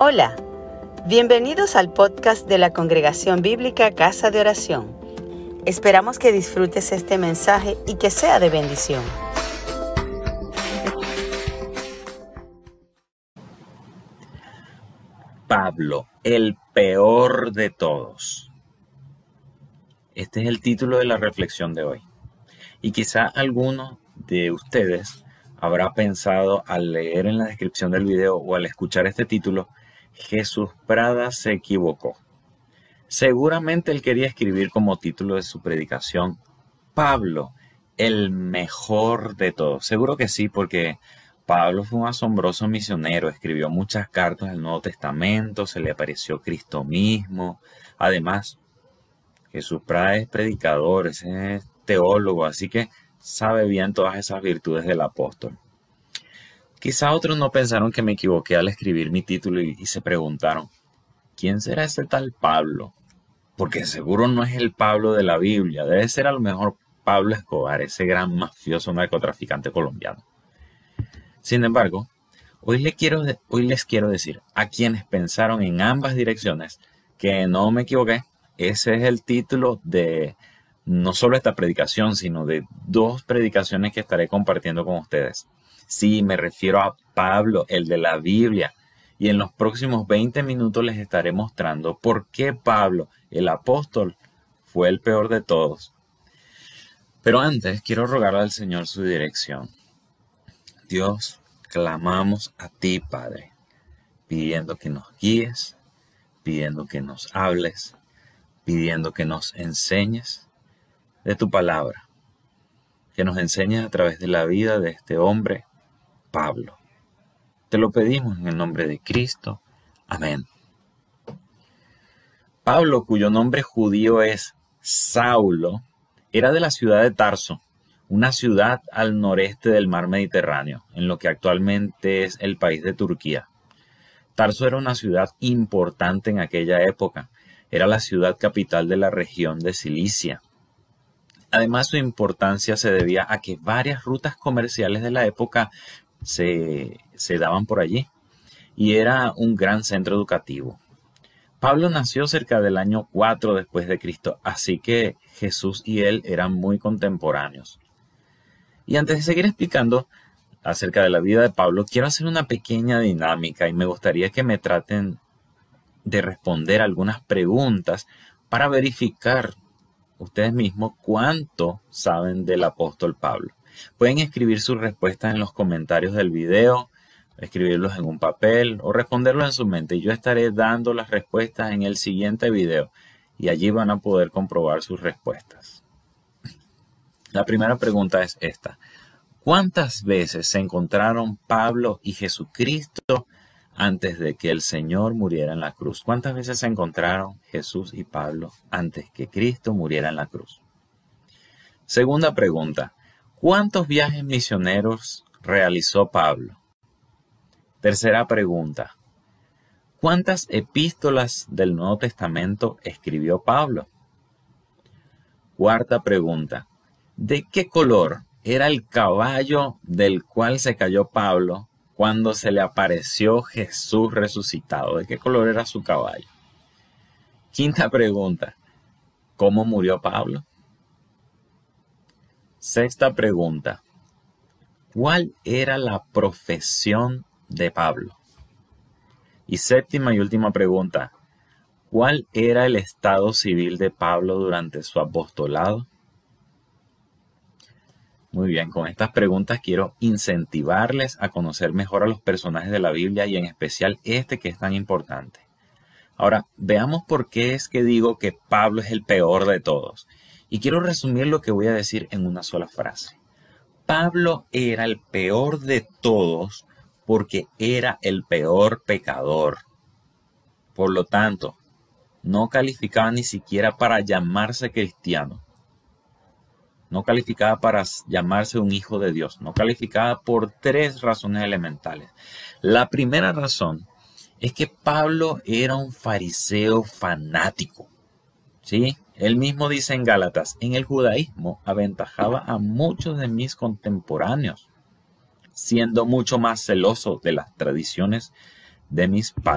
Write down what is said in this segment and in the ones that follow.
Hola, bienvenidos al podcast de la Congregación Bíblica Casa de Oración. Esperamos que disfrutes este mensaje y que sea de bendición. Pablo, el peor de todos. Este es el título de la reflexión de hoy. Y quizá alguno de ustedes habrá pensado al leer en la descripción del video o al escuchar este título, Jesús Prada se equivocó. Seguramente él quería escribir como título de su predicación, Pablo, el mejor de todos. Seguro que sí, porque Pablo fue un asombroso misionero, escribió muchas cartas del Nuevo Testamento, se le apareció Cristo mismo. Además, Jesús Prada es predicador, es teólogo, así que sabe bien todas esas virtudes del apóstol. Quizá otros no pensaron que me equivoqué al escribir mi título y se preguntaron, ¿quién será ese tal Pablo? Porque seguro no es el Pablo de la Biblia, debe ser a lo mejor Pablo Escobar, ese gran mafioso narcotraficante colombiano. Sin embargo, hoy les quiero decir a quienes pensaron en ambas direcciones que no me equivoqué. Ese es el título de no solo esta predicación, sino de dos predicaciones que estaré compartiendo con ustedes. Sí, me refiero a Pablo, el de la Biblia. Y en los próximos 20 minutos les estaré mostrando por qué Pablo, el apóstol, fue el peor de todos. Pero antes quiero rogarle al Señor su dirección. Dios, clamamos a ti, Padre, pidiendo que nos guíes, pidiendo que nos hables, pidiendo que nos enseñes de tu palabra, que nos enseñes a través de la vida de este hombre, Pablo. Te lo pedimos en el nombre de Cristo. Amén. Pablo, cuyo nombre judío es Saulo, era de la ciudad de Tarso, una ciudad al noreste del mar Mediterráneo, en lo que actualmente es el país de Turquía. Tarso era una ciudad importante en aquella época. Era la ciudad capital de la región de Cilicia. Además, su importancia se debía a que varias rutas comerciales de la época se daban por allí y era un gran centro educativo. Pablo nació cerca del año 4 después de Cristo, así que Jesús y él eran muy contemporáneos. Y antes de seguir explicando acerca de la vida de Pablo, quiero hacer una pequeña dinámica y me gustaría que me traten de responder algunas preguntas para verificar ustedes mismos cuánto saben del apóstol Pablo. Pueden escribir sus respuestas en los comentarios del video, escribirlos en un papel o responderlos en su mente. Y yo estaré dando las respuestas en el siguiente video y allí van a poder comprobar sus respuestas. La primera pregunta es esta. ¿Cuántas veces se encontraron Pablo y Jesucristo antes de que el Señor muriera en la cruz? ¿Cuántas veces se encontraron Jesús y Pablo antes que Cristo muriera en la cruz? Segunda pregunta. ¿Cuántos viajes misioneros realizó Pablo? Tercera pregunta. ¿Cuántas epístolas del Nuevo Testamento escribió Pablo? Cuarta pregunta. ¿De qué color era el caballo del cual se cayó Pablo cuando se le apareció Jesús resucitado? ¿De qué color era su caballo? Quinta pregunta. ¿Cómo murió Pablo? Sexta pregunta. ¿Cuál era la profesión de Pablo? Y séptima y última pregunta. ¿Cuál era el estado civil de Pablo durante su apostolado? Muy bien, con estas preguntas quiero incentivarles a conocer mejor a los personajes de la Biblia y en especial este que es tan importante. Ahora, veamos por qué es que digo que Pablo es el peor de todos. Y quiero resumir lo que voy a decir en una sola frase. Pablo era el peor de todos porque era el peor pecador. Por lo tanto, no calificaba ni siquiera para llamarse cristiano. No calificaba para llamarse un hijo de Dios. No calificaba por tres razones elementales. La primera razón es que Pablo era un fariseo fanático. ¿Sí? Él mismo dice en Gálatas, en el judaísmo aventajaba a muchos de mis contemporáneos, siendo mucho más celoso de las tradiciones de mis padres.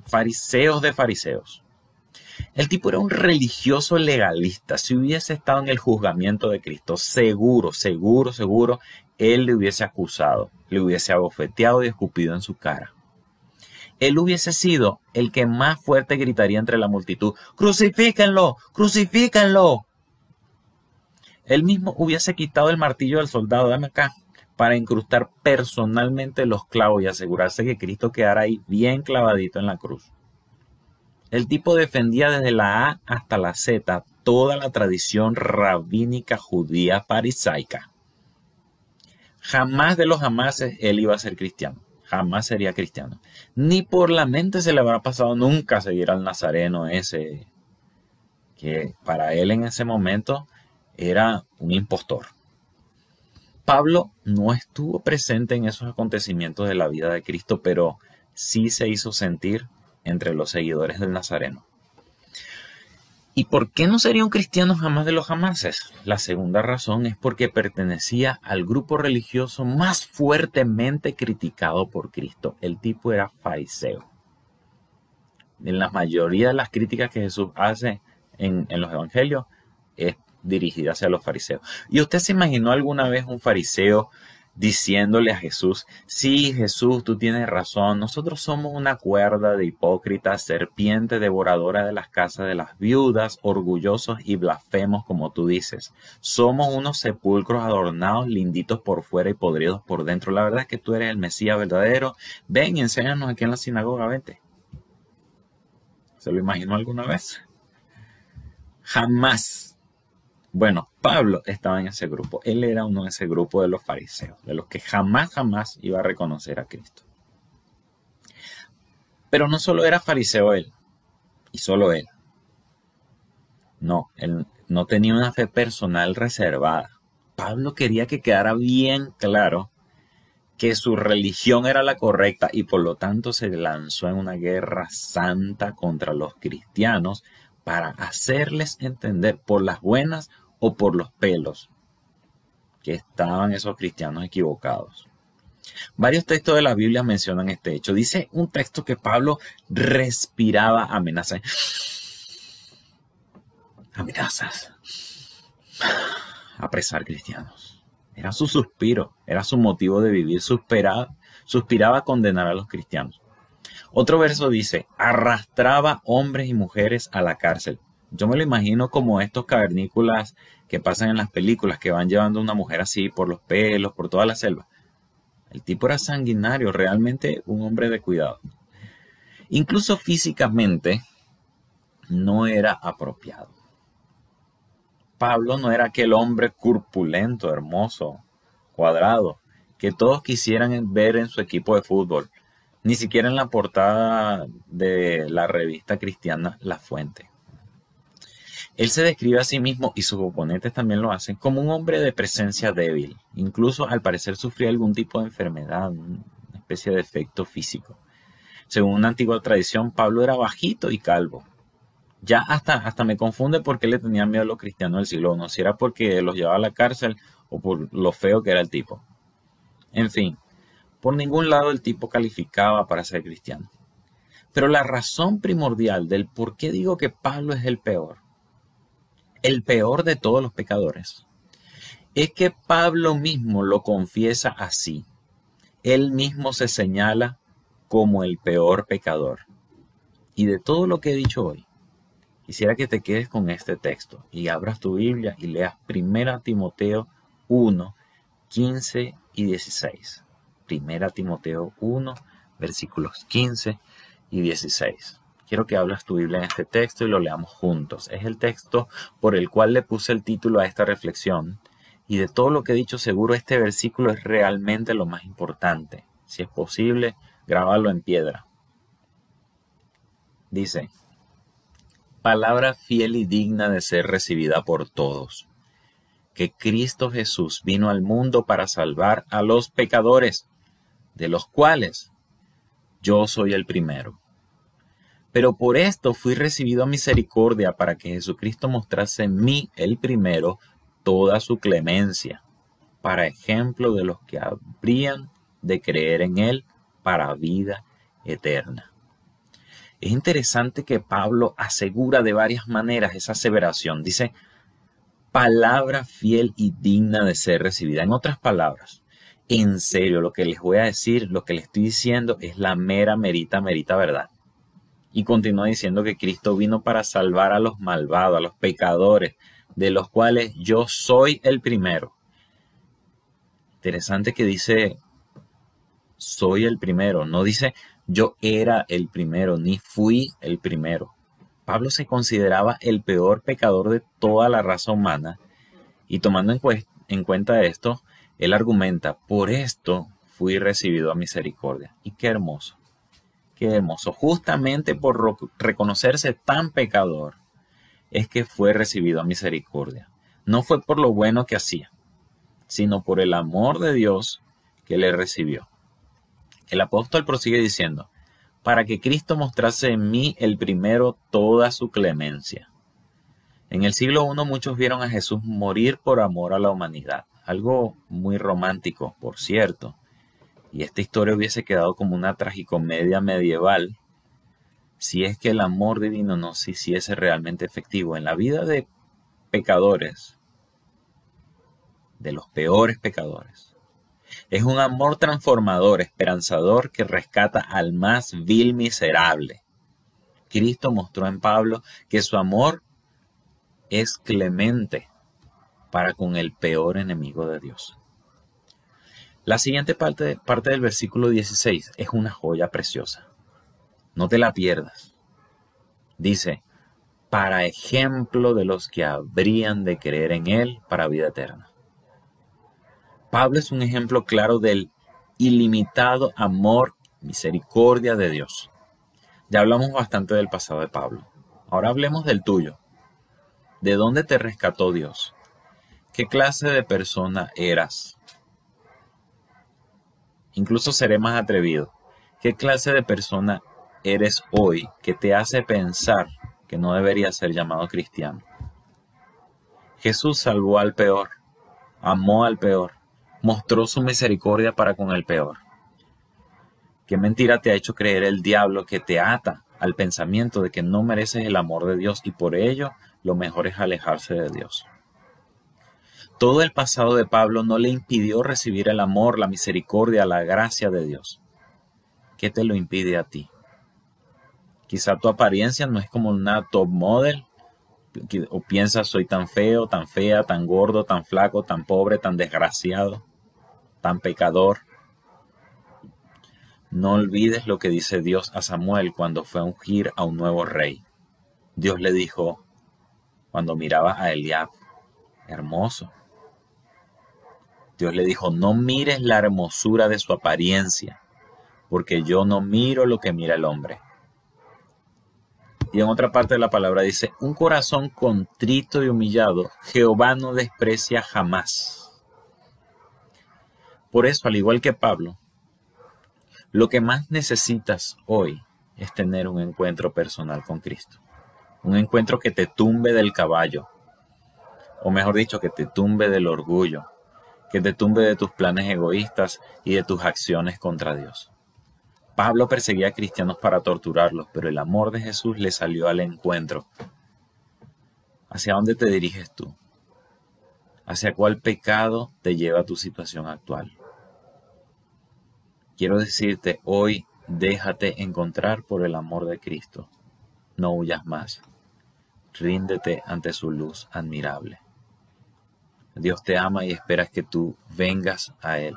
fariseos de fariseos. El tipo era un religioso legalista. Si hubiese estado en el juzgamiento de Cristo, seguro, él le hubiese acusado, le hubiese abofeteado y escupido en su cara. Él hubiese sido el que más fuerte gritaría entre la multitud: ¡Crucifíquenlo! ¡Crucifíquenlo! Él mismo hubiese quitado el martillo del soldado, dame acá, para incrustar personalmente los clavos y asegurarse que Cristo quedara ahí bien clavadito en la cruz. El tipo defendía desde la A hasta la Z toda la tradición rabínica judía farisaica. Jamás de los jamases él iba a ser cristiano. Jamás sería cristiano. Ni por la mente se le habrá pasado nunca seguir al nazareno ese, que para él en ese momento era un impostor. Pablo no estuvo presente en esos acontecimientos de la vida de Cristo, pero sí se hizo sentir entre los seguidores del Nazareno. ¿Y por qué no sería un cristiano jamás de los jamases? La segunda razón es porque pertenecía al grupo religioso más fuertemente criticado por Cristo. El tipo era fariseo. En la mayoría de las críticas que Jesús hace en los evangelios es dirigida hacia los fariseos. ¿Y usted se imaginó alguna vez un fariseo diciéndole a Jesús: sí, Jesús, tú tienes razón, nosotros somos una cuerda de hipócritas, serpiente devoradora de las casas de las viudas, orgullosos y blasfemos como tú dices? Somos unos sepulcros adornados, linditos por fuera y podridos por dentro. La verdad es que tú eres el Mesías verdadero. Ven y enséñanos aquí en la sinagoga, vente. ¿Se lo imaginó alguna vez? Jamás. Bueno, Pablo estaba en ese grupo. Él era uno de ese grupo de los fariseos, de los que jamás iba a reconocer a Cristo. Pero no solo era fariseo él, y solo él. No, él no tenía una fe personal reservada. Pablo quería que quedara bien claro que su religión era la correcta y por lo tanto se lanzó en una guerra santa contra los cristianos para hacerles entender por las buenas o por los pelos que estaban esos cristianos equivocados. Varios textos de la Biblia mencionan este hecho. Dice un texto que Pablo respiraba amenazas. Amenazas. Apresar cristianos. Era su suspiro, era su motivo de vivir. Suspiraba a condenar a los cristianos. Otro verso dice: arrastraba hombres y mujeres a la cárcel. Yo me lo imagino como estos cavernícolas que pasan en las películas, que van llevando a una mujer así por los pelos, por toda la selva. El tipo era sanguinario, realmente un hombre de cuidado. Incluso físicamente no era apropiado. Pablo no era aquel hombre corpulento, hermoso, cuadrado, que todos quisieran ver en su equipo de fútbol, ni siquiera en la portada de la revista cristiana La Fuente. Él se describe a sí mismo, y sus oponentes también lo hacen, como un hombre de presencia débil. Incluso al parecer sufría algún tipo de enfermedad, una especie de defecto físico. Según una antigua tradición, Pablo era bajito y calvo. Ya hasta me confunde por qué le tenían miedo a los cristianos del siglo I, si era porque los llevaba a la cárcel o por lo feo que era el tipo. En fin, por ningún lado el tipo calificaba para ser cristiano. Pero la razón primordial del por qué digo que Pablo es el peor de todos los pecadores, es que Pablo mismo lo confiesa así. Él mismo se señala como el peor pecador. Y de todo lo que he dicho hoy, quisiera que te quedes con este texto y abras tu Biblia y leas 1 Timoteo 1, 15 y 16. 1 Timoteo 1, versículos 15 y 16. Quiero que abras tu Biblia en este texto y lo leamos juntos. Es el texto por el cual le puse el título a esta reflexión. Y de todo lo que he dicho, seguro este versículo es realmente lo más importante. Si es posible, grábalo en piedra. Dice: palabra fiel y digna de ser recibida por todos, que Cristo Jesús vino al mundo para salvar a los pecadores, de los cuales yo soy el primero. Pero por esto fui recibido a misericordia, para que Jesucristo mostrase en mí, el primero, toda su clemencia, para ejemplo de los que habrían de creer en él para vida eterna. Es interesante que Pablo asegura de varias maneras esa aseveración. Dice, palabra fiel y digna de ser recibida. En otras palabras, en serio, lo que les voy a decir, lo que les estoy diciendo es la merita verdad. Y continúa diciendo que Cristo vino para salvar a los malvados, a los pecadores, de los cuales yo soy el primero. Interesante que dice, soy el primero. No dice, yo era el primero, ni fui el primero. Pablo se consideraba el peor pecador de toda la raza humana. Y tomando en cuenta esto, él argumenta, por esto fui recibido a misericordia. Y qué hermoso. Qué hermoso. Justamente por reconocerse tan pecador, es que fue recibido a misericordia. No fue por lo bueno que hacía, sino por el amor de Dios que le recibió. El apóstol prosigue diciendo, para que Cristo mostrase en mí el primero toda su clemencia. En el siglo I muchos vieron a Jesús morir por amor a la humanidad. Algo muy romántico, por cierto. Y esta historia hubiese quedado como una tragicomedia medieval si es que el amor divino no se hiciese realmente efectivo en la vida de pecadores, de los peores pecadores. Es un amor transformador, esperanzador, que rescata al más vil miserable. Cristo mostró en Pablo que su amor es clemente para con el peor enemigo de Dios. La siguiente parte del versículo 16 es una joya preciosa. No te la pierdas. Dice, para ejemplo de los que habrían de creer en Él para vida eterna. Pablo es un ejemplo claro del ilimitado amor, misericordia de Dios. Ya hablamos bastante del pasado de Pablo. Ahora hablemos del tuyo. ¿De dónde te rescató Dios? ¿Qué clase de persona eras? Incluso seré más atrevido. ¿Qué clase de persona eres hoy que te hace pensar que no deberías ser llamado cristiano? Jesús salvó al peor, amó al peor, mostró su misericordia para con el peor. ¿Qué mentira te ha hecho creer el diablo que te ata al pensamiento de que no mereces el amor de Dios y por ello lo mejor es alejarse de Dios? Todo el pasado de Pablo no le impidió recibir el amor, la misericordia, la gracia de Dios. ¿Qué te lo impide a ti? Quizá tu apariencia no es como una top model, o piensas soy tan feo, tan fea, tan gordo, tan flaco, tan pobre, tan desgraciado, tan pecador. No olvides lo que dice Dios a Samuel cuando fue a ungir a un nuevo rey. Dios le dijo, cuando miraba a Eliab, hermoso. Dios le dijo, no mires la hermosura de su apariencia, porque yo no miro lo que mira el hombre. Y en otra parte de la palabra dice, un corazón contrito y humillado, Jehová no desprecia jamás. Por eso, al igual que Pablo, lo que más necesitas hoy es tener un encuentro personal con Cristo. Un encuentro que te tumbe del caballo, o mejor dicho, que te tumbe del orgullo, que te tumbe de tus planes egoístas y de tus acciones contra Dios. Pablo perseguía a cristianos para torturarlos, pero el amor de Jesús le salió al encuentro. ¿Hacia dónde te diriges tú? ¿Hacia cuál pecado te lleva tu situación actual? Quiero decirte, hoy déjate encontrar por el amor de Cristo. No huyas más. Ríndete ante su luz admirable. Dios te ama y espera que tú vengas a Él.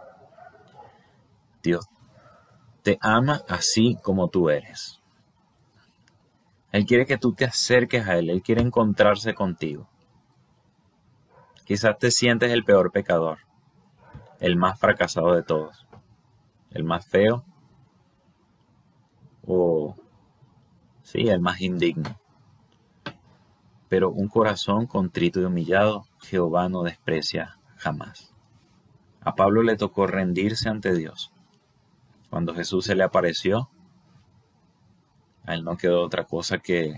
Dios te ama así como tú eres. Él quiere que tú te acerques a Él. Él quiere encontrarse contigo. Quizás te sientes el peor pecador, el más fracasado de todos, el más feo o, sí, el más indigno. Pero un corazón contrito y humillado, Jehová no desprecia jamás. A Pablo le tocó rendirse ante Dios. Cuando Jesús se le apareció, a él no quedó otra cosa que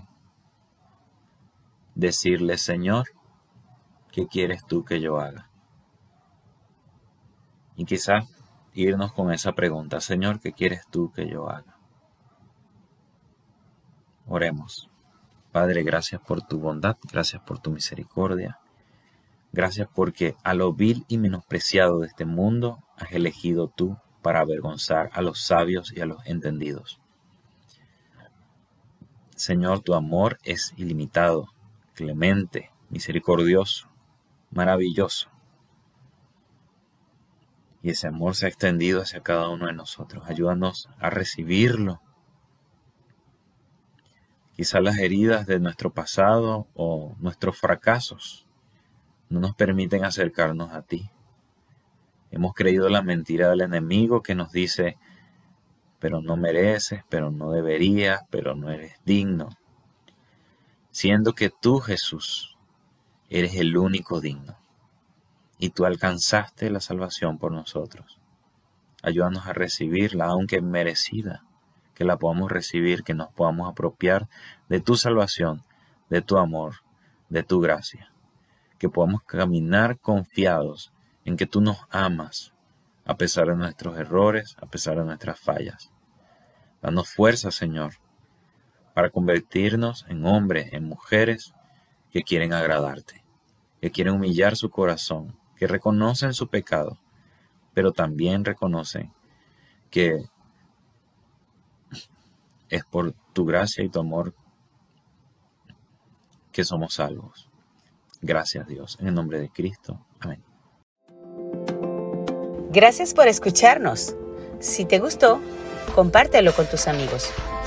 decirle, Señor, ¿qué quieres tú que yo haga? Y quizás irnos con esa pregunta, Señor, ¿qué quieres tú que yo haga? Oremos. Padre, gracias por tu bondad, gracias por tu misericordia. Gracias porque a lo vil y menospreciado de este mundo has elegido tú para avergonzar a los sabios y a los entendidos. Señor, tu amor es ilimitado, clemente, misericordioso, maravilloso. Y ese amor se ha extendido hacia cada uno de nosotros. Ayúdanos a recibirlo. Quizá las heridas de nuestro pasado o nuestros fracasos no nos permiten acercarnos a ti. Hemos creído la mentira del enemigo que nos dice, pero no mereces, pero no deberías, pero no eres digno. Siendo que tú, Jesús, eres el único digno. Y tú alcanzaste la salvación por nosotros. Ayúdanos a recibirla, aunque merecida, que la podamos recibir, que nos podamos apropiar de tu salvación, de tu amor, de tu gracia. Que podamos caminar confiados en que tú nos amas, a pesar de nuestros errores, a pesar de nuestras fallas. Danos fuerza, Señor, para convertirnos en hombres, en mujeres que quieren agradarte, que quieren humillar su corazón, que reconocen su pecado, pero también reconocen que es por tu gracia y tu amor que somos salvos. Gracias, Dios, en el nombre de Cristo. Amén. Gracias por escucharnos. Si te gustó, compártelo con tus amigos.